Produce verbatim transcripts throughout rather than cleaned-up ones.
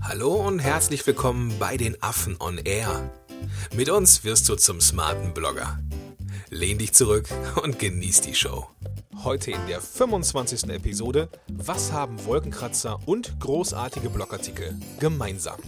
Hallo und herzlich willkommen bei den Affen on Air. Mit uns wirst du zum smarten Blogger. Lehn dich zurück und genieß die Show. Heute in der fünfundzwanzigsten Episode: Was haben Wolkenkratzer und großartige Blogartikel gemeinsam?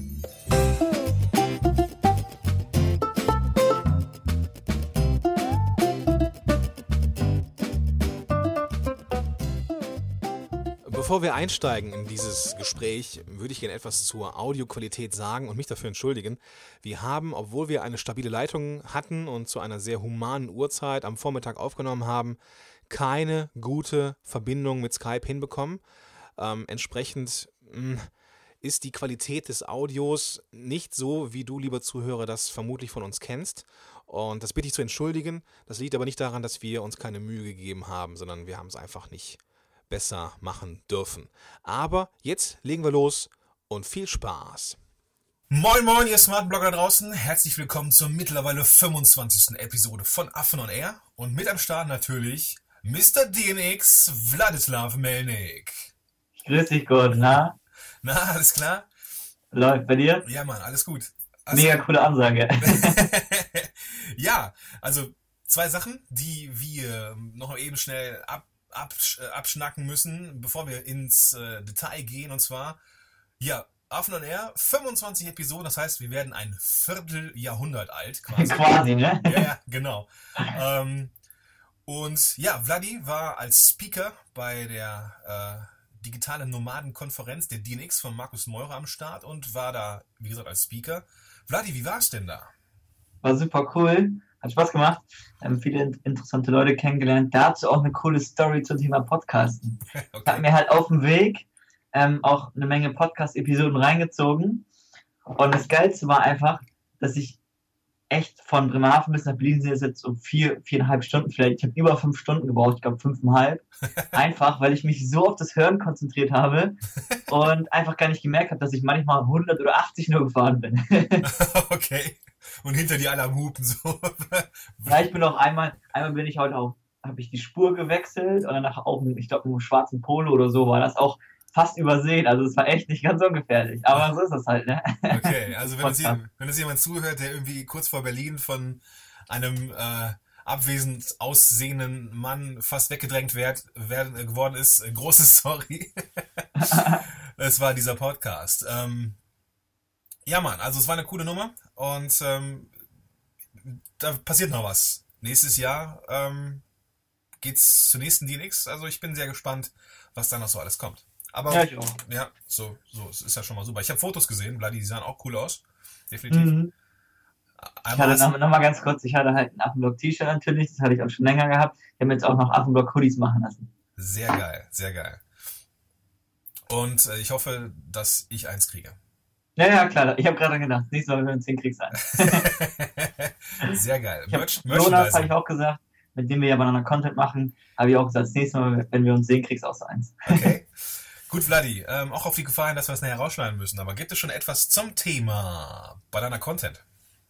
Bevor wir einsteigen in dieses Gespräch, würde ich gerne etwas zur Audioqualität sagen und mich dafür entschuldigen. Wir haben, obwohl wir eine stabile Leitung hatten und zu einer sehr humanen Uhrzeit am Vormittag aufgenommen haben, keine gute Verbindung mit Skype hinbekommen. Ähm, entsprechend mh, ist die Qualität des Audios nicht so, wie du, lieber Zuhörer, das vermutlich von uns kennst. Und das bitte ich zu entschuldigen. Das liegt aber nicht daran, dass wir uns keine Mühe gegeben haben, sondern wir haben es einfach nicht besser machen dürfen. Aber jetzt legen wir los und viel Spaß. Moin moin, ihr smarten Blogger draußen. Herzlich willkommen zur mittlerweile fünfundzwanzigsten Episode von Affen on Air. Und mit am Start natürlich Mister D N X, Wladislav Melnik. Grüß dich, Gott, na? Na, alles klar? Läuft bei dir? Ja, Mann, alles gut. Also, mega coole Ansage. Ja, also zwei Sachen, die wir noch eben schnell ab Absch- äh, abschnacken müssen, bevor wir ins äh, Detail gehen. Und zwar, ja, Affen on Air, fünfundzwanzig Episoden, das heißt, wir werden ein Vierteljahrhundert alt, quasi. Quasi, ne? Ja, ja, genau. ähm, und ja, Vladi war als Speaker bei der äh, digitalen Nomadenkonferenz der D N X von Markus Meurer am Start und war da, wie gesagt, als Speaker. Vladi, wie war's denn da? War super cool. Hat Spaß gemacht. Ähm, viele interessante Leute kennengelernt. Dazu auch eine coole Story zum Thema Podcasten. Okay. Ich habe mir halt auf dem Weg ähm, auch eine Menge Podcast-Episoden reingezogen. Und das Geilste war einfach, dass ich echt von Bremerhaven bis nach Berlin sind jetzt um vier, viereinhalb Stunden vielleicht. Ich habe über fünf Stunden gebraucht, ich glaube fünfeinhalb. Einfach, weil ich mich so auf das Hören konzentriert habe und einfach gar nicht gemerkt habe, dass ich manchmal hundert oder achtzig nur gefahren bin. Okay. Und hinter dir alle am Hupen so. Ja, ich bin auch einmal, einmal bin ich heute auch, habe ich die Spur gewechselt und danach auch, ich glaube, einen schwarzen Polo oder so war das auch fast übersehen. Also es war echt nicht ganz ungefährlich. Aber so ist das halt, ne? Okay, also wenn es, wenn es jemand zuhört, der irgendwie kurz vor Berlin von einem äh, abwesend aussehenden Mann fast weggedrängt werd, werden, äh, geworden ist, äh, große Sorry. Es war dieser Podcast. Ähm, ja, Mann, also es war eine coole Nummer und ähm, da passiert noch was. Nächstes Jahr ähm, geht's zur nächsten D N X, also ich bin sehr gespannt, was da noch so alles kommt. Aber Ja, ich auch. ja, so, so, es ist ja schon mal super. Ich habe Fotos gesehen, Vladi, die sahen auch cool aus. Definitiv. Mhm. Ich hatte noch, noch mal ganz kurz, ich hatte halt ein Affenblock-T-Shirt natürlich, das hatte ich auch schon länger gehabt. Ich habe jetzt auch noch Affenblock-Hoodies machen lassen. Sehr geil, sehr geil. Und äh, ich hoffe, dass ich eins kriege. Ja, ja, klar. Ich habe gerade gedacht, nächstes Mal, wenn wir uns hinkriegen, sein. Sehr geil. Ich hab, Jonas habe ich auch gesagt, mit dem wir ja miteinander Content machen, habe ich auch gesagt, das nächste Mal, wenn wir uns sehen, kriegst du auch so eins. Okay. Gut, Vladi, ähm, auch auf die Gefahr hin, dass wir es nachher rausschneiden müssen, aber gibt es schon etwas zum Thema Banana Content?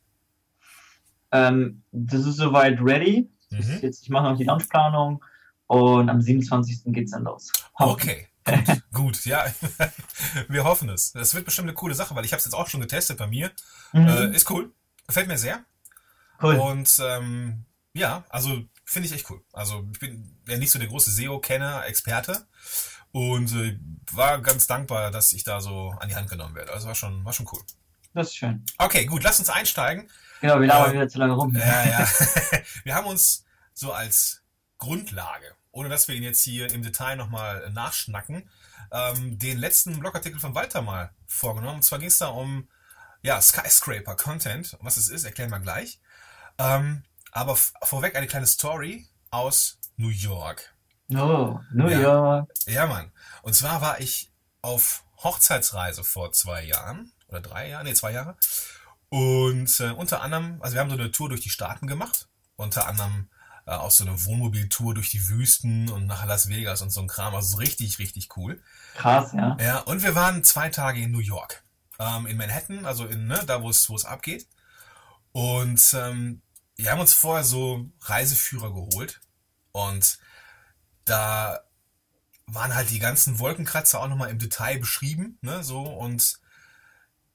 Ähm, das ist soweit ready. Mhm. Das ist jetzt, ich mache noch die Launchplanung und am siebenundzwanzigsten geht's dann los. Okay. Gut, gut, ja, wir hoffen es. Das wird bestimmt eine coole Sache, weil ich habe es jetzt auch schon getestet bei mir. Mhm. Äh, ist cool, gefällt mir sehr. Cool. Und ähm, ja, also finde ich echt cool. Also ich bin ja nicht so der große S E O-Kenner, Experte und äh, war ganz dankbar, dass ich da so an die Hand genommen werde. Also war schon, war schon cool. Das ist schön. Okay, gut, lass uns einsteigen. Genau, wir labern Äh, wieder zu lange rum. Ja, ja. Wir haben uns so als Grundlage, ohne dass wir ihn jetzt hier im Detail nochmal nachschnacken, ähm, den letzten Blogartikel von Walter mal vorgenommen. Und zwar ging es da um ja, Skyscraper-Content. Was es ist, erklären wir gleich. Ähm, aber f- vorweg eine kleine Story aus New York. Oh, New Ja. York. Ja, Mann. Und zwar war ich auf Hochzeitsreise vor zwei Jahren oder drei Jahren, nee, zwei Jahre. Und äh, unter anderem, also wir haben so eine Tour durch die Staaten gemacht. Unter anderem äh, auch so eine Wohnmobiltour durch die Wüsten und nach Las Vegas und so ein Kram. Also so richtig, richtig cool. Krass, ja. Ja, und wir waren zwei Tage in New York. Ähm, in Manhattan, also in, ne, da wo es, wo es abgeht. Und ähm, wir haben uns vorher so Reiseführer geholt. Und da waren halt die ganzen Wolkenkratzer auch nochmal im Detail beschrieben, ne, so, und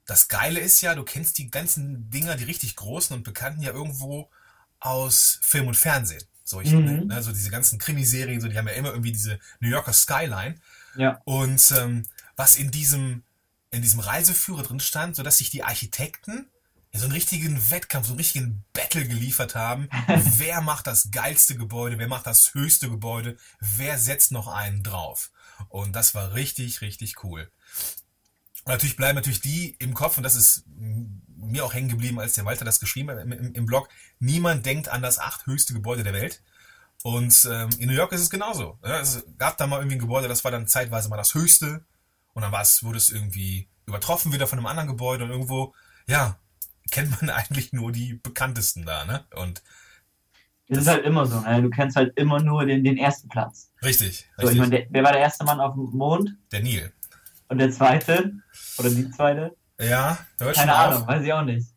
das Geile ist ja, du kennst die ganzen Dinger, die richtig großen und bekannten ja irgendwo aus Film und Fernsehen. So, ich, Mhm. ne, so diese ganzen Krimiserien, so, die haben ja immer irgendwie diese New Yorker Skyline. Ja. Und ähm, was in diesem, in diesem Reiseführer drin stand, sodass sich die Architekten ja so einen richtigen Wettkampf, so einen richtigen Battle geliefert haben. Wer macht das geilste Gebäude? Wer macht das höchste Gebäude? Wer setzt noch einen drauf? Und das war richtig, richtig cool. Und natürlich bleiben natürlich die im Kopf, und das ist mir auch hängen geblieben, als der Walter das geschrieben hat im, im, im Blog. Niemand denkt an das acht höchste Gebäude der Welt. Und ähm, in New York ist es genauso. Ja, es gab da mal irgendwie ein Gebäude, das war dann zeitweise mal das höchste. Und dann war es, wurde es irgendwie übertroffen wieder von einem anderen Gebäude. Und irgendwo, ja, kennt man eigentlich nur die bekanntesten da, ne? Und Das ist halt immer so, ne? Du kennst halt immer nur den, den ersten Platz. richtig, So, ich richtig. meine, der, wer war der erste Mann auf dem Mond? Der Nil. Und der zweite? Oder die zweite? Ja, hört schon Keine auf. Ahnung, weiß ich auch nicht.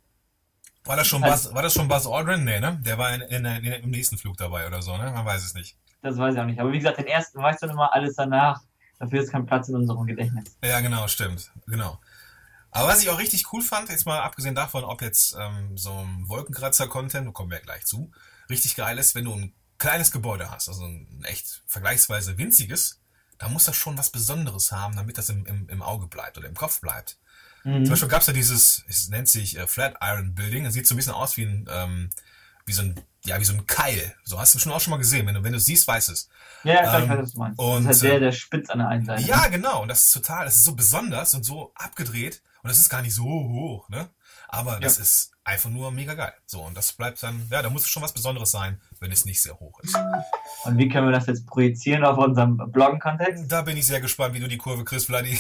War das schon Halt- Buzz, war das schon Buzz Aldrin? Nee, ne? Der war in, in, in, im nächsten Flug dabei oder so, ne? Man weiß es nicht. Das weiß ich auch nicht. Aber wie gesagt, den ersten weißt du immer, alles danach. Dafür ist kein Platz in unserem Gedächtnis. Ja, genau, stimmt. Genau. Aber was ich auch richtig cool fand, jetzt mal abgesehen davon, ob jetzt ähm, so ein Wolkenkratzer-Content, da kommen wir ja gleich zu, richtig geil ist, wenn du ein kleines Gebäude hast, also ein echt vergleichsweise winziges, da muss das schon was Besonderes haben, damit das im, im, im Auge bleibt oder im Kopf bleibt. Mhm. Zum Beispiel gab es ja dieses, es nennt sich äh, Flatiron Building, das sieht so ein bisschen aus wie ein, ähm, wie so ein, ja, wie so ein Keil. So hast du schon auch schon mal gesehen, wenn du, wenn du es siehst, weißt es. Ja, ja, klar, ich Ähm, weiß, was du meinst. und, das ist halt der, äh, der spitz an der einen Seite. Ja, genau. Und das ist total, das ist so besonders und so abgedreht. Und das ist gar nicht so hoch, ne? Aber das Ja. ist einfach nur mega geil. So, und das bleibt dann, ja, da muss es schon was Besonderes sein, wenn es nicht sehr hoch ist. Und wie können wir das jetzt projizieren auf unserem Bloggen-Kontext? Da bin ich sehr gespannt, wie du die Kurve kriegst, Vladi.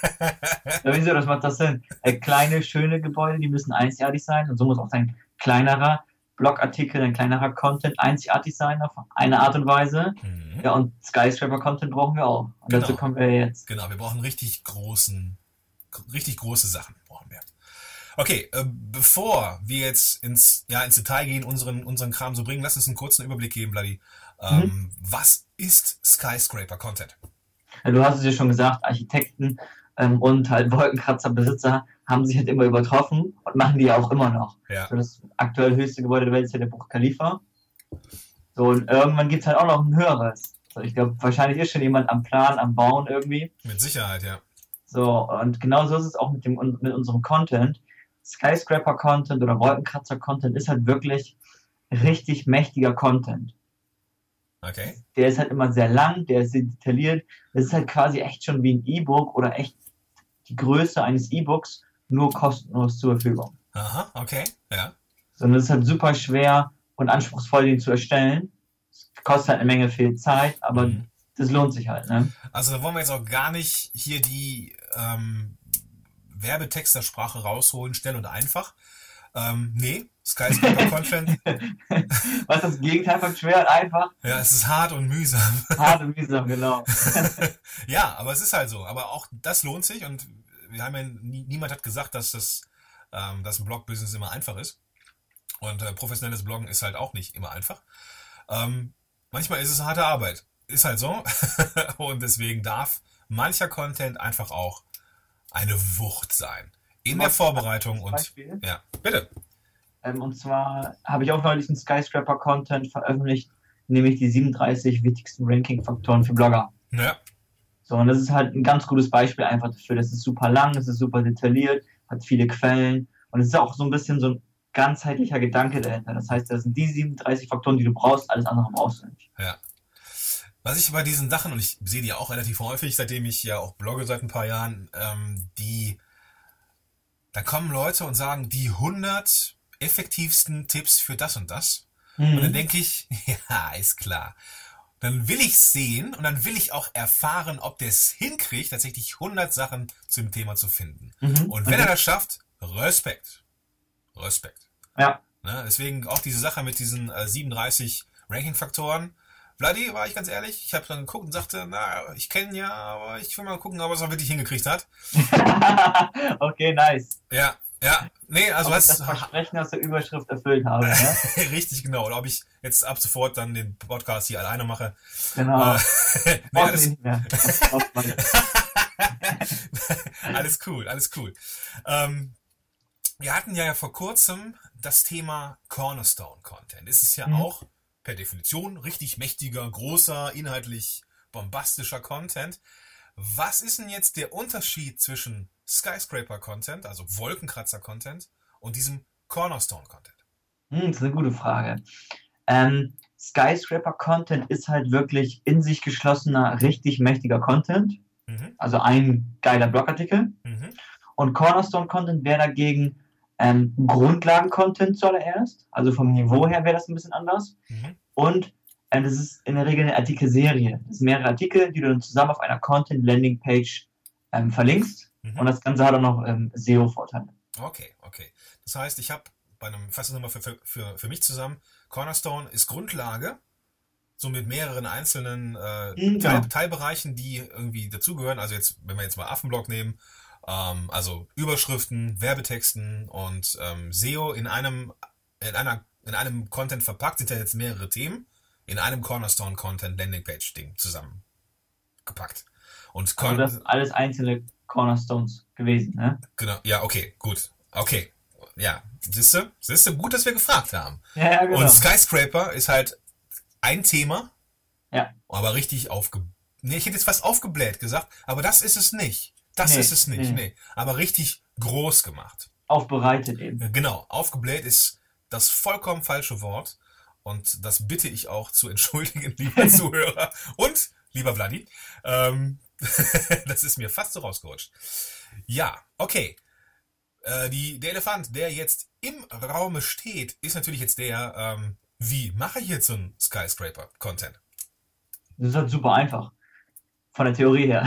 Ja, wieso, das macht das Sinn? Äh, kleine, schöne Gebäude, die müssen einzigartig sein. Und so muss auch dein kleinerer Blogartikel, dein kleinerer Content einzigartig sein auf eine Art und Weise. Mhm. Ja, und Skyscraper-Content brauchen wir auch. Und dazu Genau. kommen wir jetzt. Genau, wir brauchen richtig großen, richtig große Sachen brauchen wir. Okay, äh, bevor wir jetzt ins, ja, ins Detail gehen, unseren, unseren Kram so bringen, lass uns einen kurzen Überblick geben, Vladi. Ähm, Mhm. Was ist Skyscraper-Content? Ja, du hast es ja schon gesagt, Architekten ähm, und halt Wolkenkratzerbesitzer haben sich halt immer übertroffen und machen die ja auch immer noch. Ja. So, das aktuell höchste Gebäude der Welt ist ja der Burj Khalifa. So, und irgendwann gibt es halt auch noch ein höheres. So, ich glaube, wahrscheinlich ist schon jemand am Plan, am Bauen irgendwie. Mit Sicherheit, ja. So, und genau so ist es auch mit, dem, mit unserem Content. Skyscraper-Content oder Wolkenkratzer-Content ist halt wirklich richtig mächtiger Content. Okay. Der ist halt immer sehr lang, der ist sehr detailliert. Das ist halt quasi echt schon wie ein E-Book oder echt die Größe eines E-Books, nur kostenlos zur Verfügung. Aha, okay, ja. Sondern es ist halt super schwer und anspruchsvoll, den zu erstellen. Es kostet halt eine Menge viel Zeit, aber Mhm. das lohnt sich halt, ne? Also da wollen wir jetzt auch gar nicht hier die ähm, Werbetextersprache rausholen, schnell und einfach. Ähm, nee, Skyscraper-Content, Was ist das Gegenteil von schwer und einfach? ja, es ist hart und mühsam. Hart und mühsam, genau. Ja, aber es ist halt so. Aber auch das lohnt sich und wir haben ja, nie, niemand hat gesagt, dass das ähm, dass ein Blog-Business immer einfach ist. Und äh, professionelles Bloggen ist halt auch nicht immer einfach. Ähm, manchmal ist es harte Arbeit. Ist halt so. Und deswegen darf mancher Content einfach auch eine Wucht sein. In der Vorbereitung und... Beispiel. Ja, bitte. Ähm, und zwar habe ich auch neulich einen Skyscraper-Content veröffentlicht, nämlich die siebenunddreißig wichtigsten Ranking-Faktoren für Blogger. Ja, So, und das ist halt ein ganz gutes Beispiel einfach dafür. Das ist super lang, das ist super detailliert, hat viele Quellen und es ist auch so ein bisschen so ein ganzheitlicher Gedanke dahinter. Das heißt, das sind die siebenunddreißig Faktoren, die du brauchst, alles andere brauchst du nicht. ja. Was ich bei diesen Sachen, und ich sehe die ja auch relativ häufig, seitdem ich ja auch blogge seit ein paar Jahren, ähm, die, da kommen Leute und sagen, die hundert effektivsten Tipps für das und das. Und dann Mhm. denke ich, ja, ist klar. Dann will ich sehen und dann will ich auch erfahren, ob der es hinkriegt, tatsächlich hundert Sachen zum Thema zu finden. Mhm. Und wenn er das schafft, Respekt. Respekt. Ja, Ne? Deswegen auch diese Sache mit diesen äh, siebenunddreißig Ranking-Faktoren. Vladi, war ich ganz ehrlich, ich habe dann geguckt und sagte, na, ich kenne ja, aber ich will mal gucken, ob er es auch wirklich hingekriegt hat. okay, nice. Ja, ja. Nee, also Ob ich hast das Versprechen aus der Überschrift erfüllt habe, ne? richtig genau. Oder ob ich jetzt ab sofort dann den Podcast hier alleine mache. Genau. Äh, nee, Brauchst du alles, nicht mehr. Das braucht man nicht. Alles cool, alles cool. Ähm, wir hatten ja vor kurzem das Thema Cornerstone-Content. Es ist ja mhm. auch per Definition richtig mächtiger, großer, inhaltlich bombastischer Content. Was ist denn jetzt der Unterschied zwischen Skyscraper-Content, also Wolkenkratzer-Content, und diesem Cornerstone-Content? Hm, das ist eine gute Frage. Ähm, Skyscraper-Content ist halt wirklich in sich geschlossener, richtig mächtiger Content. Mhm. Also ein geiler Blogartikel. Mhm. Und Cornerstone-Content wäre dagegen ähm, Grundlagen-Content zuallererst. Also vom Niveau her wäre das ein bisschen anders. Mhm. Und äh, das ist in der Regel eine Artikelserie. Das sind mehrere Artikel, die du dann zusammen auf einer Content-Landing-Page ähm, verlinkst. Mhm. Und das Ganze hat auch noch ähm, S E O-Vorteile. Okay, okay. Das heißt, ich habe bei einem, fassen wir nochmal für, für, für mich zusammen, Cornerstone ist Grundlage, so mit mehreren einzelnen äh, mhm, Teil, genau. Teilbereichen, die irgendwie dazugehören. Also jetzt, wenn wir jetzt mal Affenblog nehmen, ähm, also Überschriften, Werbetexten und ähm, S E O in einem, in einer, in einem Content verpackt, sind ja jetzt mehrere Themen in einem Cornerstone Content Landing Page Ding zusammengepackt. Und Con- also das sind alles einzelne Cornerstones gewesen, ne? Genau, ja, okay, gut. Okay. Ja, siehste, siehste, gut, dass wir gefragt haben. Ja, ja, genau. Und Skyscraper ist halt ein Thema, ja. aber richtig aufge... Nee, ich hätte jetzt fast aufgebläht gesagt, aber das ist es nicht. Das nee, ist es nicht, nee. nee. Aber richtig groß gemacht. Aufbereitet eben. Genau, aufgebläht ist das vollkommen falsche Wort und das bitte ich auch zu entschuldigen, lieber Zuhörer und lieber Vladi. Ähm, das ist mir fast so rausgerutscht. Ja, okay. Äh, die, der Elefant, der jetzt im Raume steht, ist natürlich jetzt der, ähm, wie mache ich jetzt so einen Skyscraper-Content? Das ist halt super einfach. Von der Theorie her.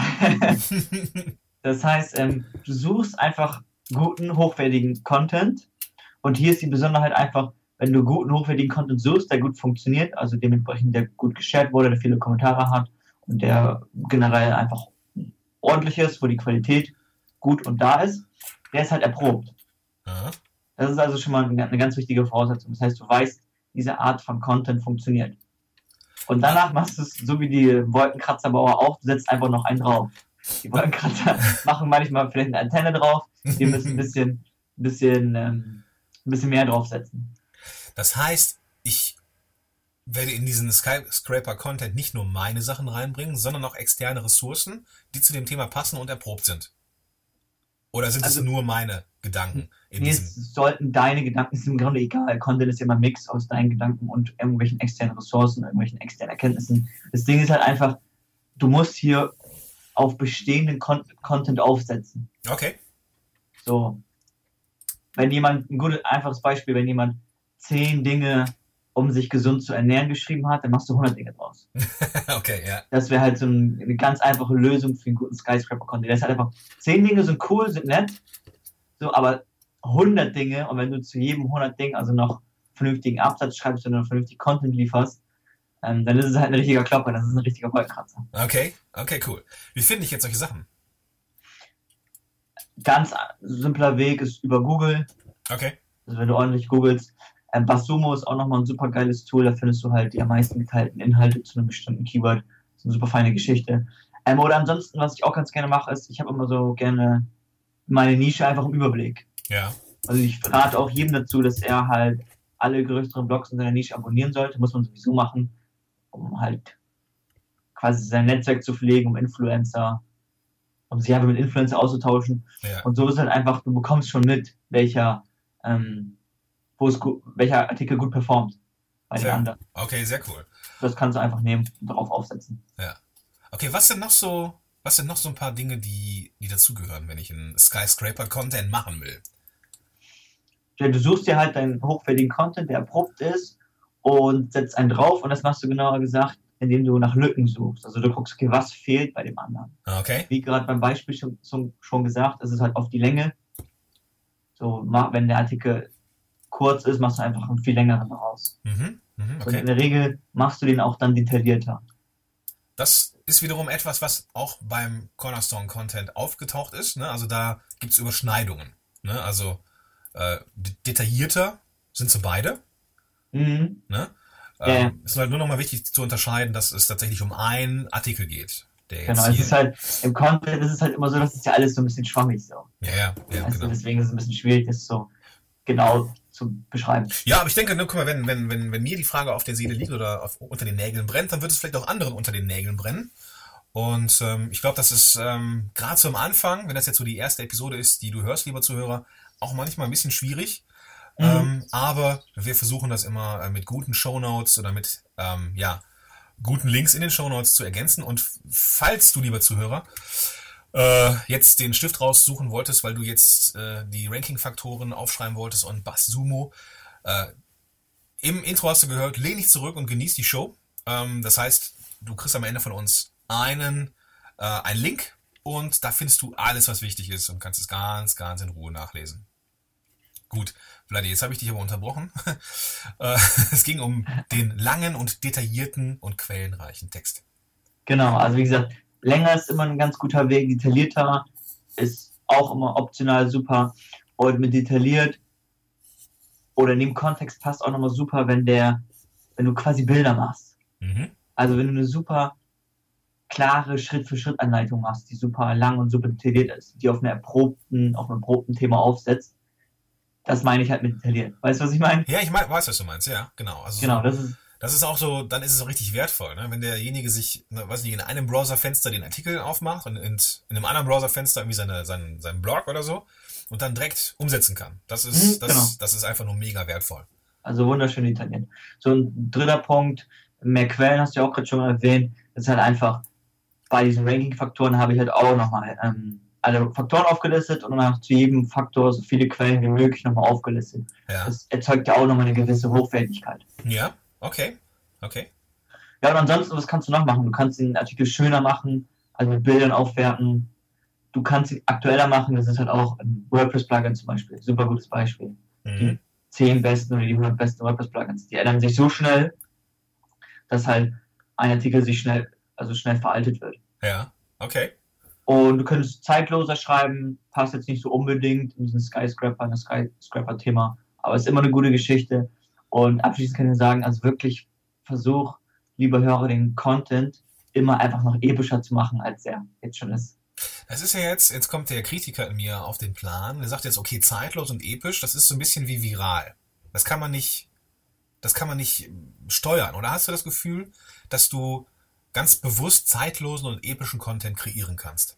Das heißt, ähm, du suchst einfach guten, hochwertigen Content. Und hier ist die Besonderheit einfach, wenn du guten, hochwertigen Content suchst, der gut funktioniert, also dementsprechend der gut geshared wurde, der viele Kommentare hat und der generell einfach ordentlich ist, wo die Qualität gut und da ist, der ist halt erprobt. Aha. Das ist also schon mal eine ganz wichtige Voraussetzung. Das heißt, du weißt, diese Art von Content funktioniert. Und danach machst du es so wie die Wolkenkratzerbauer auch, du setzt einfach noch einen drauf. Die Wolkenkratzer machen manchmal vielleicht eine Antenne drauf, die müssen ein bisschen, bisschen, ähm, ein bisschen mehr draufsetzen. Das heißt, ich werde in diesen Skyscraper-Content nicht nur meine Sachen reinbringen, sondern auch externe Ressourcen, die zu dem Thema passen und erprobt sind. Oder sind also, es nur meine Gedanken? In nee, diesem es sollten deine Gedanken, ist im Grunde egal. Content ist ja immer ein Mix aus deinen Gedanken und irgendwelchen externen Ressourcen, irgendwelchen externen Erkenntnissen. Das Ding ist halt einfach, du musst hier auf bestehenden Con- Content aufsetzen. Okay. So. Wenn jemand, ein gutes, einfaches Beispiel, wenn jemand zehn Dinge, um sich gesund zu ernähren, geschrieben hat, dann machst du hundert Dinge draus. Okay, ja. Das wäre halt so ein, eine ganz einfache Lösung für einen guten Skyscraper-Content. Das ist halt einfach, zehn Dinge sind cool, sind nett, so, aber hundert Dinge, und wenn du zu jedem hundert Ding also noch vernünftigen Absatz schreibst und noch vernünftig Content lieferst, ähm, dann ist es halt ein richtiger Klopper, das ist ein richtiger Wolkenkratzer. Okay, okay, cool. Wie finde ich jetzt solche Sachen? Ganz simpler Weg ist über Google. Okay. Also wenn du ordentlich googelst. Ähm, Basumo ist auch nochmal ein super geiles Tool, da findest du halt die am meisten geteilten Inhalte zu einem bestimmten Keyword. Das ist eine super feine Geschichte. Ähm, oder ansonsten, was ich auch ganz gerne mache, ist, ich habe immer so gerne meine Nische einfach im Überblick. Ja. Also ich rate auch jedem dazu, dass er halt alle größeren Blogs in seiner Nische abonnieren sollte. Muss man sowieso machen, um halt quasi sein Netzwerk zu pflegen, um Influencer, um sich einfach mit Influencer auszutauschen. Ja. Und so ist halt einfach, du bekommst schon mit, welcher, ähm, wo es gu- welcher Artikel gut performt bei sehr, den anderen. Okay, sehr cool. Das kannst du einfach nehmen und darauf aufsetzen. Ja. Okay, was sind noch so, was sind noch so ein paar Dinge, die, die dazugehören, wenn ich einen Skyscraper-Content machen will? Ja, du suchst dir halt deinen hochwertigen Content, der erprobt ist, und setzt einen drauf, und das machst du genauer gesagt, indem du nach Lücken suchst. Also du guckst, okay, was fehlt bei dem anderen. Okay. Wie gerade beim Beispiel schon, schon gesagt, es ist halt auf die Länge. So, wenn der Artikel kurz ist, machst du einfach einen viel längeren raus. Mhm. Mhm, okay. Und in der Regel machst du den auch dann detaillierter. Das ist wiederum etwas, was auch beim Cornerstone-Content aufgetaucht ist. Ne? Also da gibt es Überschneidungen. Ne? Also äh, detaillierter sind sie beide. Mhm. Ne? Ja, ja. Ähm, es ist halt nur nochmal wichtig zu unterscheiden, dass es tatsächlich um einen Artikel geht. der Genau, jetzt es hier... ist halt, im Content ist es halt immer so, dass es ja alles so ein bisschen schwammig so. Ja, ja, ja, Weißt du, genau. deswegen ist es ein bisschen schwierig, das so genau zu beschreiben. Ja, aber ich denke, ne, guck mal, wenn, wenn, wenn, wenn mir die Frage auf der Seele liegt oder auf, unter den Nägeln brennt, dann wird es vielleicht auch anderen unter den Nägeln brennen. Und ähm, ich glaube, das ist ähm, gerade so am Anfang, wenn das jetzt so die erste Episode ist, die du hörst, lieber Zuhörer, auch manchmal ein bisschen schwierig. Mhm. Ähm, aber wir versuchen das immer äh, mit guten Shownotes oder mit ähm, ja, guten Links in den Shownotes zu ergänzen. Und falls du, lieber Zuhörer, äh, jetzt den Stift raussuchen wolltest, weil du jetzt äh, die Ranking-Faktoren aufschreiben wolltest und Bass Sumo, äh, im Intro hast du gehört, lehn dich zurück und genieß die Show. Ähm, das heißt, du kriegst am Ende von uns einen, äh, einen Link und da findest du alles, was wichtig ist und kannst es ganz, ganz in Ruhe nachlesen. Gut, Vladi, jetzt habe ich dich aber unterbrochen. äh, es ging um den langen und detaillierten und quellenreichen Text. Genau, also wie gesagt, länger ist immer ein ganz guter Weg, detaillierter ist auch immer optional super und mit detailliert oder in dem Kontext passt auch nochmal super, wenn der, wenn du quasi Bilder machst. Mhm. Also wenn du eine super klare Schritt-für-Schritt-Anleitung machst, die super lang und super detailliert ist, die auf einer erprobten, auf einem erprobten Thema aufsetzt, das meine ich halt mit detailliert. Weißt du, was ich meine? Ja, ich mein, weiß, was du meinst, ja, genau. Also Genau, so, das ist, das ist auch so, dann ist es auch richtig wertvoll, ne? Wenn derjenige sich, ne, weiß nicht, in einem Browserfenster den Artikel aufmacht und in, in einem anderen Browserfenster irgendwie seine, seinen, seinen Blog oder so und dann direkt umsetzen kann. Das ist, Mhm, das, genau. das ist einfach nur mega wertvoll. also wunderschön detailliert. So ein dritter Punkt, mehr Quellen hast du ja auch gerade schon mal erwähnt, das ist halt einfach, bei diesen Ranking-Faktoren habe ich halt auch nochmal ähm, alle Faktoren aufgelistet und dann zu jedem Faktor so viele Quellen wie möglich nochmal aufgelistet. Ja. Das erzeugt ja auch nochmal eine gewisse Hochwertigkeit. Ja, okay, okay. Ja, und ansonsten, was kannst du noch machen? Du kannst den Artikel schöner machen, also mit Bildern aufwerten. Du kannst ihn aktueller machen, das ist halt auch ein WordPress-Plugin zum Beispiel, super gutes Beispiel. Mhm. Die zehn besten oder die hundert besten WordPress-Plugins, die ändern sich so schnell, dass halt ein Artikel sich schnell, also schnell veraltet wird. Ja, okay. Und du könntest zeitloser schreiben, passt jetzt nicht so unbedingt in diesen Skyscraper, das Skyscraper-Thema, aber ist immer eine gute Geschichte. Und abschließend kann ich sagen, also wirklich versuch, lieber Hörer, den Content immer einfach noch epischer zu machen, als er jetzt schon ist. Das ist ja jetzt, jetzt kommt der Kritiker in mir auf den Plan. Der sagt jetzt, okay, zeitlos und episch, das ist so ein bisschen wie viral. Das kann man nicht, das kann man nicht steuern. Oder hast du das Gefühl, dass du ganz bewusst zeitlosen und epischen Content kreieren kannst?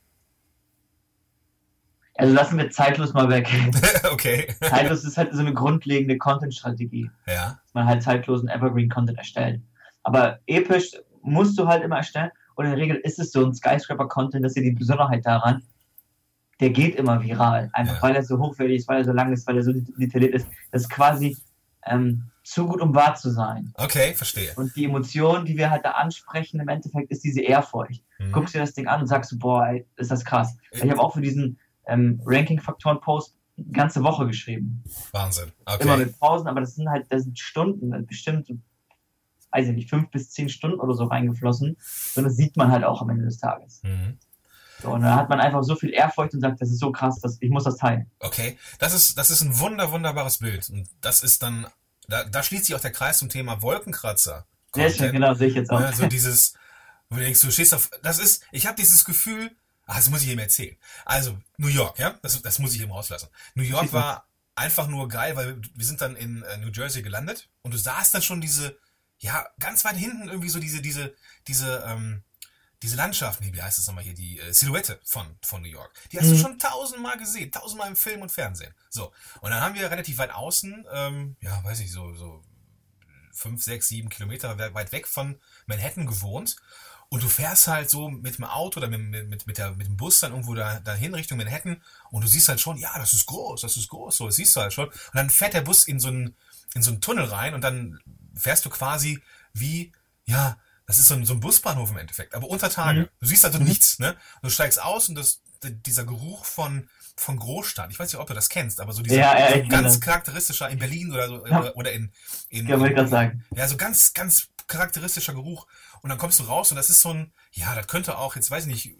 Also lassen wir zeitlos mal weg. Okay. Zeitlos ist halt so eine grundlegende Content-Strategie, Ja. dass man halt zeitlosen Evergreen-Content erstellt. Aber episch musst du halt immer erstellen. Und in der Regel ist es so ein Skyscraper-Content, das ist ja die Besonderheit daran, der geht immer viral. Einfach Ja. weil er so hochwertig ist, weil er so lang ist, weil er so detailliert ist. Das ist quasi ähm, zu gut, um wahr zu sein. Okay, verstehe. Und die Emotion, die wir halt da ansprechen, im Endeffekt ist diese Ehrfurcht. Mhm. Guckst dir das Ding an und sagst so, boah, ey, ist das krass. Ich habe auch für diesen ähm, Ranking-Faktoren-Post eine ganze Woche geschrieben. Wahnsinn. Immer Okay. mit Pausen, aber das sind halt, das sind Stunden, bestimmt, weiß ich nicht, fünf bis zehn Stunden oder so reingeflossen. Und das sieht man halt auch am Ende des Tages. Mhm. So, und dann hat man einfach so viel Ehrfurcht und sagt, das ist so krass, dass, ich muss das teilen. Okay. Das ist, das ist ein wunder, wunderbares Bild. Und das ist dann, da, da schließt sich auch der Kreis zum Thema Wolkenkratzer. Sehr schön, genau, sehe ich jetzt auch. Ja, so dieses, wo du denkst, du stehst auf, das ist, ich habe dieses Gefühl, ach, das muss ich ihm erzählen. Also, New York, ja, das, das muss ich ihm rauslassen. New York Schieß los. war einfach nur geil, weil wir sind dann in äh, New Jersey gelandet und du sahst dann schon diese, ja, ganz weit hinten irgendwie so diese, diese, diese, ähm, diese Landschaften, wie heißt das nochmal hier, die äh, Silhouette von, von New York. Die hast Mhm. du schon tausendmal gesehen, tausendmal im Film und Fernsehen. So. Und dann haben wir relativ weit außen, ähm, ja, weiß ich, so, so fünf, sechs, sieben Kilometer weit weg von Manhattan gewohnt. Und du fährst halt so mit dem Auto oder mit, mit, mit, der, mit dem Bus dann irgendwo da, dahin Richtung Manhattan und du siehst halt schon, ja, das ist groß, das ist groß, so, das siehst du halt schon. Und dann fährt der Bus in so einen, in so einen Tunnel rein und dann fährst du quasi wie, ja, das ist so ein, so ein Busbahnhof im Endeffekt, aber unter Tage. Mhm. Du siehst also Mhm. nichts, ne? Du steigst aus und das, dieser Geruch von, von Großstadt, ich weiß nicht, ob du das kennst, aber so dieser Ja, ja, so ich kenn ganz das. charakteristischer in Berlin oder so, Ja. oder, oder in, in, Ja, wollte ich in, gerade sagen. ja, so ganz, ganz charakteristischer Geruch. Und dann kommst du raus und das ist so ein, ja, das könnte auch, jetzt weiß ich nicht,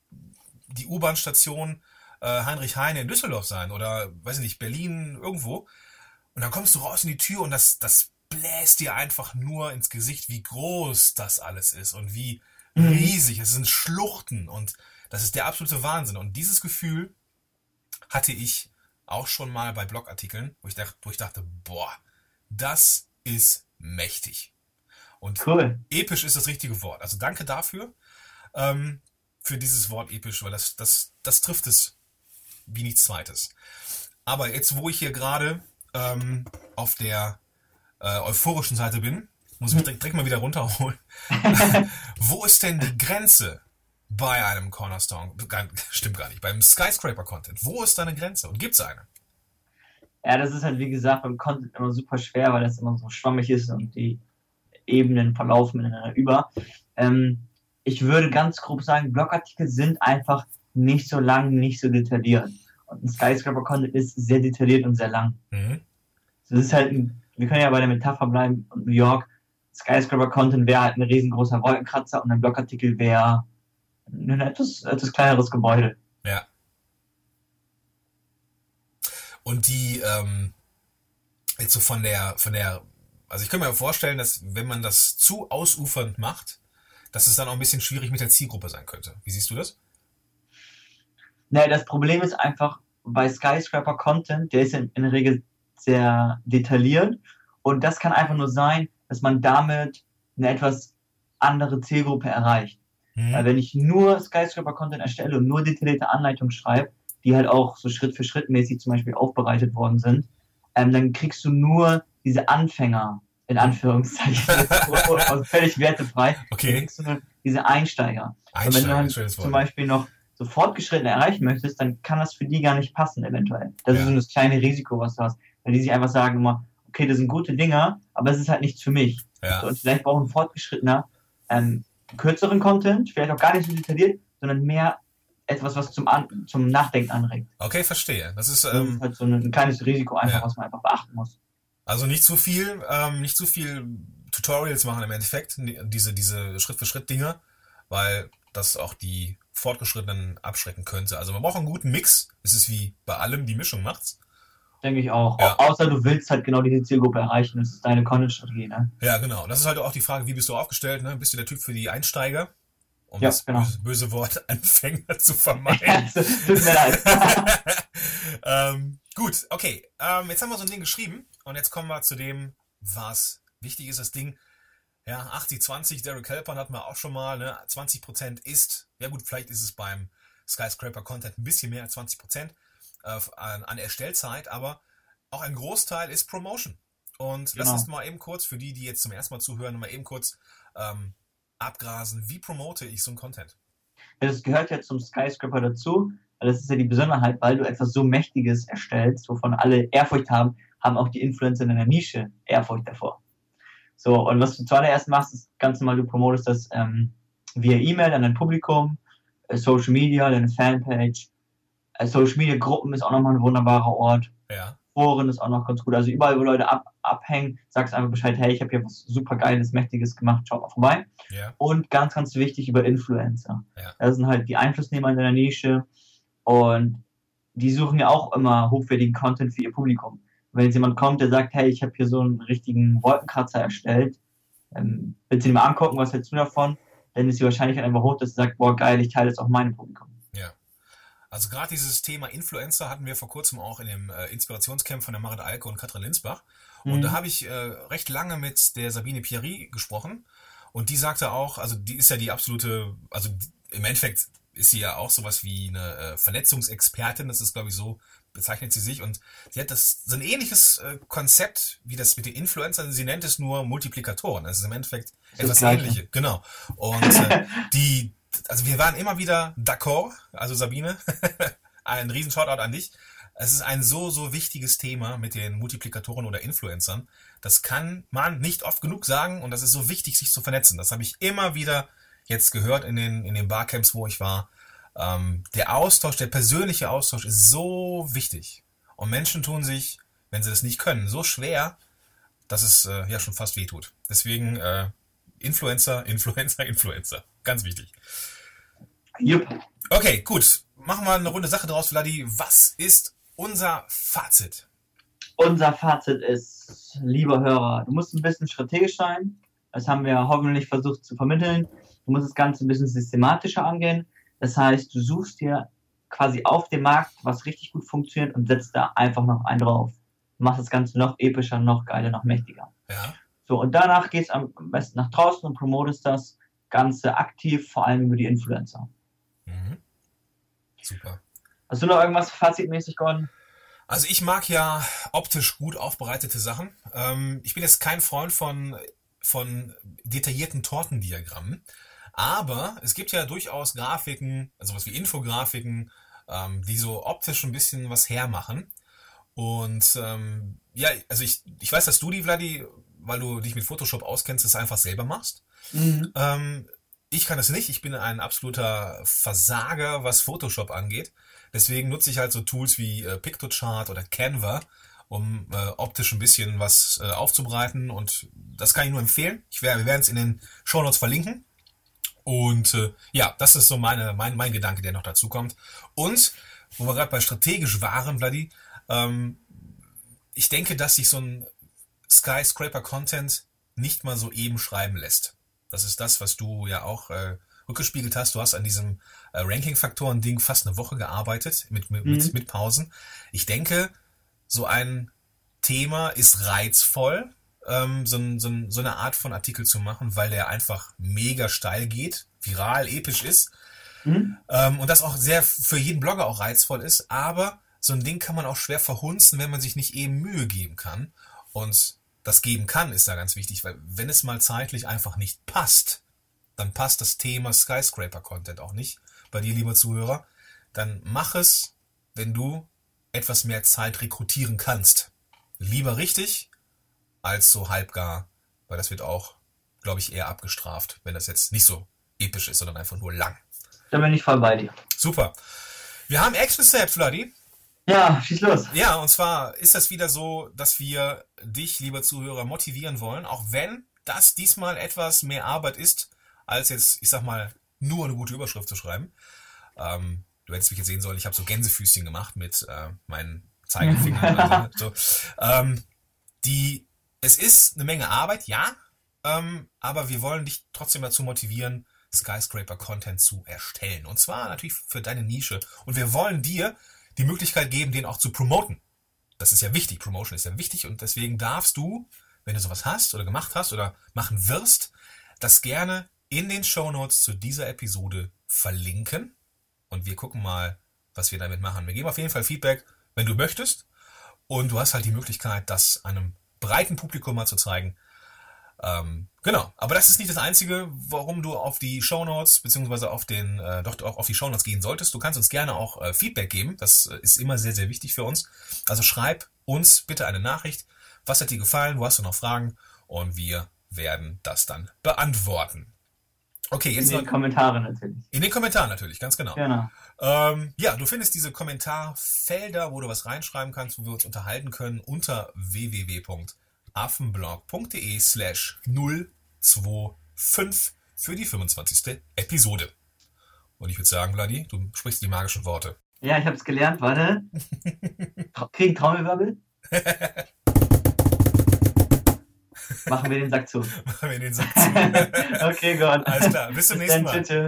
die U-Bahn-Station äh, Heinrich Heine in Düsseldorf sein oder, weiß ich nicht, Berlin irgendwo. Und dann kommst du raus in die Tür und das, das bläst dir einfach nur ins Gesicht, wie groß das alles ist und wie, mhm. riesig, es sind Schluchten und das ist der absolute Wahnsinn. Und dieses Gefühl hatte ich auch schon mal bei Blogartikeln, wo ich dachte, wo ich dachte, boah, das ist mächtig. Und Cool. Episch ist das richtige Wort. Also danke dafür, ähm, für dieses Wort episch, weil das, das, das trifft es wie nichts Zweites. Aber jetzt, wo ich hier gerade ähm, auf der äh, euphorischen Seite bin, muss ich mich direkt, direkt mal wieder runterholen. Wo ist denn die Grenze bei einem Cornerstone? Stimmt gar nicht. Beim Skyscraper-Content. Wo ist da eine Grenze? Und gibt es eine? Ja, das ist halt, wie gesagt, beim Content immer super schwer, weil das immer so schwammig ist und die Ebenen verlaufen miteinander über. Ähm, ich würde ganz grob sagen, Blogartikel sind einfach nicht so lang, nicht so detailliert. Und ein Skyscraper-Content ist sehr detailliert und sehr lang. Mhm. Das ist halt, ein, wir können ja bei der Metapher bleiben, New York, Skyscraper-Content wäre halt ein riesengroßer Wolkenkratzer und ein Blogartikel wäre ein etwas, etwas kleineres Gebäude. Ja. Und die, ähm, jetzt so von der, von der, also ich könnte mir vorstellen, dass wenn man das zu ausufernd macht, dass es dann auch ein bisschen schwierig mit der Zielgruppe sein könnte. Wie siehst du das? Naja, das Problem ist einfach, bei Skyscraper-Content, der ist in, in der Regel sehr detailliert und das kann einfach nur sein, dass man damit eine etwas andere Zielgruppe erreicht. Mhm. Weil wenn ich nur Skyscraper-Content erstelle und nur detaillierte Anleitungen schreibe, die halt auch so Schritt für Schritt mäßig zum Beispiel aufbereitet worden sind, ähm, dann kriegst du nur diese Anfänger, in Anführungszeichen, also völlig wertefrei, okay. Dann kriegst du nur diese Einsteiger. Einsteiger und wenn du dann zum Beispiel noch so Fortgeschrittene erreichen möchtest, dann kann das für die gar nicht passen, eventuell. Das ja. ist so das kleine Risiko, was du hast. Weil die sich einfach sagen immer, okay, das sind gute Dinger, aber es ist halt nichts für mich. Ja. So, und vielleicht braucht ein Fortgeschrittener ähm, kürzeren Content, vielleicht auch gar nicht so detailliert, sondern mehr etwas, was zum, An- zum Nachdenken anregt. Okay, verstehe. Das ist, ähm, das ist halt so ein, ein kleines Risiko einfach, ja. was man einfach beachten muss. Also nicht zu viel, ähm, nicht zu viel Tutorials machen im Endeffekt, diese, diese Schritt-für-Schritt-Dinge, weil das auch die Fortgeschrittenen abschrecken könnte. Also man braucht einen guten Mix. Es ist wie bei allem, die Mischung macht's. Denke ich auch. Ja. Außer du willst halt genau diese Zielgruppe erreichen. Das ist deine Content-Strategie, ne? Ja, genau. Das ist halt auch die Frage, wie bist du aufgestellt, ne? Bist du der Typ für die Einsteiger? Um ja, das genau. böse, böse Wort Anfänger zu vermeiden. Ja, tut mir leid. ähm, gut, okay. Ähm, jetzt haben wir so ein Ding geschrieben und jetzt kommen wir zu dem, was wichtig ist. Das Ding, ja, achtzig zwanzig, Derek Halpern hatten wir auch schon mal, ne? zwanzig Prozent ist, ja gut, vielleicht ist es beim Skyscraper-Content ein bisschen mehr als zwanzig Prozent äh, an, an Erstellzeit, aber auch ein Großteil ist Promotion. Und genau. Lass uns mal eben kurz, für die, die jetzt zum ersten Mal zuhören, mal eben kurz ähm, abgrasen, wie promote ich so einen Content? Das gehört ja zum Skyscraper dazu, weil das ist ja die Besonderheit, weil du etwas so Mächtiges erstellst, wovon alle Ehrfurcht haben, haben auch die Influencer in einer Nische Ehrfurcht davor. So, und was du zuallererst machst, ist ganz normal, du promotest das ähm, via E-Mail an dein Publikum, äh, Social Media, deine Fanpage, äh, Social Media Gruppen ist auch nochmal ein wunderbarer Ort. Ja. Foren ist auch noch ganz gut. Also überall, wo Leute ab, abhängen, sagst einfach Bescheid, hey, ich habe hier was super Geiles, Mächtiges gemacht, schaut mal vorbei. Ja. Und ganz, ganz wichtig, über Influencer. Ja. Das sind halt die Einflussnehmer in deiner Nische und die suchen ja auch immer hochwertigen Content für ihr Publikum. Wenn jetzt jemand kommt, der sagt, hey, ich habe hier so einen richtigen Wolkenkratzer erstellt, ähm, willst du dir mal angucken, was hältst du davon? Dann ist die Wahrscheinlichkeit einfach hoch, dass du sagst, boah, geil, ich teile das auch meinem Publikum. Ja. Also gerade dieses Thema Influencer hatten wir vor kurzem auch in dem äh, Inspirationscamp von der Marit Alke und Katrin Linsbach. Und mhm. da habe ich äh, recht lange mit der Sabine Pierry gesprochen. Und die sagte auch, also die ist ja die absolute, also im Endeffekt ist sie ja auch sowas wie eine äh, Vernetzungsexpertin, das ist, glaube ich, so bezeichnet sie sich. Und sie hat das so ein ähnliches äh, Konzept wie das mit den Influencern. Sie nennt es nur Multiplikatoren. Das ist im Endeffekt etwas Ähnliches. Genau. Und äh, die, also wir waren immer wieder d'accord, also Sabine, ein riesen Shoutout an dich. Es ist ein so, so wichtiges Thema mit den Multiplikatoren oder Influencern. Das kann man nicht oft genug sagen und das ist so wichtig, sich zu vernetzen. Das habe ich immer wieder jetzt gehört in den, in den Barcamps, wo ich war. Ähm, der Austausch, der persönliche Austausch ist so wichtig. Und Menschen tun sich, wenn sie das nicht können, so schwer, dass es äh, ja schon fast wehtut. Deswegen äh, Influencer, Influencer, Influencer. Ganz wichtig. Jupp. Okay, gut. Machen wir eine runde Sache draus, Vladi. Was ist unser Fazit? Unser Fazit ist, lieber Hörer, du musst ein bisschen strategisch sein. Das haben wir hoffentlich versucht zu vermitteln. du musst das Ganze ein bisschen systematischer angehen. Das heißt, du suchst dir quasi auf dem Markt, was richtig gut funktioniert und setzt da einfach noch einen drauf. Du machst das Ganze noch epischer, noch geiler, noch mächtiger. Ja. So, und danach gehst du am besten nach draußen und promotest das Ganze aktiv, vor allem über die Influencer. Mhm. Super. Hast du noch irgendwas fazitmäßig, Gordon? Also ich mag ja optisch gut aufbereitete Sachen. Ähm, ich bin jetzt kein Freund von, von detaillierten Tortendiagrammen, aber es gibt ja durchaus Grafiken, also was wie Infografiken, ähm, die so optisch ein bisschen was hermachen. Und ähm, ja, also ich, ich weiß, dass du die, Vladi, weil du dich mit Photoshop auskennst, das einfach selber machst. Mhm. Ähm, ich kann das nicht. Ich bin ein absoluter Versager, was Photoshop angeht. Deswegen nutze ich halt so Tools wie äh, Pictochart oder Canva, um äh, optisch ein bisschen was äh, aufzubereiten. Und das kann ich nur empfehlen. Ich wär, wir werden es in den Shownotes verlinken. Und äh, ja, das ist so meine, mein, mein Gedanke, der noch dazu kommt. Und, wo wir gerade bei strategisch waren, Vladi, ähm, ich denke, dass sich so ein Skyscraper-Content nicht mal so eben schreiben lässt. Das ist das, was du ja auch äh, rückgespiegelt hast. Du hast an diesem äh, Ranking-Faktoren-Ding fast eine Woche gearbeitet, mit, mit, mhm. mit, mit Pausen. Ich denke, so ein Thema ist reizvoll, ähm, so, so, so eine Art von Artikel zu machen, weil der einfach mega steil geht, viral, episch ist. Mhm. Ähm, und das auch sehr für jeden Blogger auch reizvoll ist. Aber so ein Ding kann man auch schwer verhunzen, wenn man sich nicht eben Mühe geben kann. Und das geben kann, ist da ganz wichtig, weil wenn es mal zeitlich einfach nicht passt, dann passt das Thema Skyscraper-Content auch nicht bei dir, lieber Zuhörer. Dann mach es, wenn du etwas mehr Zeit rekrutieren kannst. Lieber richtig, als so halbgar, weil das wird auch, glaube ich, eher abgestraft, wenn das jetzt nicht so episch ist, sondern einfach nur lang. Da bin ich voll bei dir. Super. Wir haben Action-Steps, Vladi. Ja, schieß los. Ja, und zwar ist das wieder so, dass wir dich, lieber Zuhörer, motivieren wollen, auch wenn das diesmal etwas mehr Arbeit ist, als jetzt, ich sag mal, nur eine gute Überschrift zu schreiben. Ähm, du hättest mich jetzt sehen sollen, ich habe so Gänsefüßchen gemacht mit äh, meinen Zeigefingern. Also, so. ähm, die, es ist eine Menge Arbeit, ja, ähm, aber wir wollen dich trotzdem dazu motivieren, Skyscraper-Content zu erstellen. Und zwar natürlich für deine Nische. Und wir wollen dir die Möglichkeit geben, den auch zu promoten. Das ist ja wichtig, Promotion ist ja wichtig und deswegen darfst du, wenn du sowas hast oder gemacht hast oder machen wirst, das gerne in den Shownotes zu dieser Episode verlinken und wir gucken mal, was wir damit machen. Wir geben auf jeden Fall Feedback, wenn du möchtest und du hast halt die Möglichkeit, das einem breiten Publikum mal zu zeigen. Ähm, genau, aber das ist nicht das Einzige, warum du auf die Shownotes beziehungsweise auf den, äh, doch auch auf die Shownotes gehen solltest. Du kannst uns gerne auch äh, Feedback geben, das äh, ist immer sehr, sehr wichtig für uns. Also schreib uns bitte eine Nachricht, was hat dir gefallen, wo hast du noch Fragen und wir werden das dann beantworten. Okay, jetzt in den noch, Kommentaren natürlich. In den Kommentaren natürlich, ganz genau. Genau. Ähm, ja, du findest diese Kommentarfelder, wo du was reinschreiben kannst, wo wir uns unterhalten können, unter w w w punkt affenblog punkt de slash null zwei fünf für die fünfundzwanzigste Episode. Und ich würde sagen, Vladi, du sprichst die magischen Worte. Ja, ich habe es gelernt, warte. Kriegen Trommelwirbel? Machen wir den Sack zu. Machen wir den Sack zu. Okay, Gott. Alles klar, bis zum nächsten Mal. Tschüss.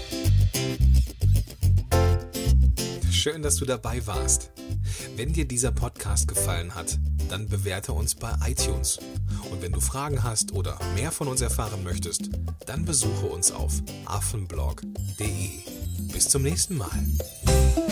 Schön, dass du dabei warst. Wenn dir dieser Podcast gefallen hat, dann bewerte uns bei iTunes. Und wenn du Fragen hast oder mehr von uns erfahren möchtest, dann besuche uns auf affenblog punkt de. Bis zum nächsten Mal.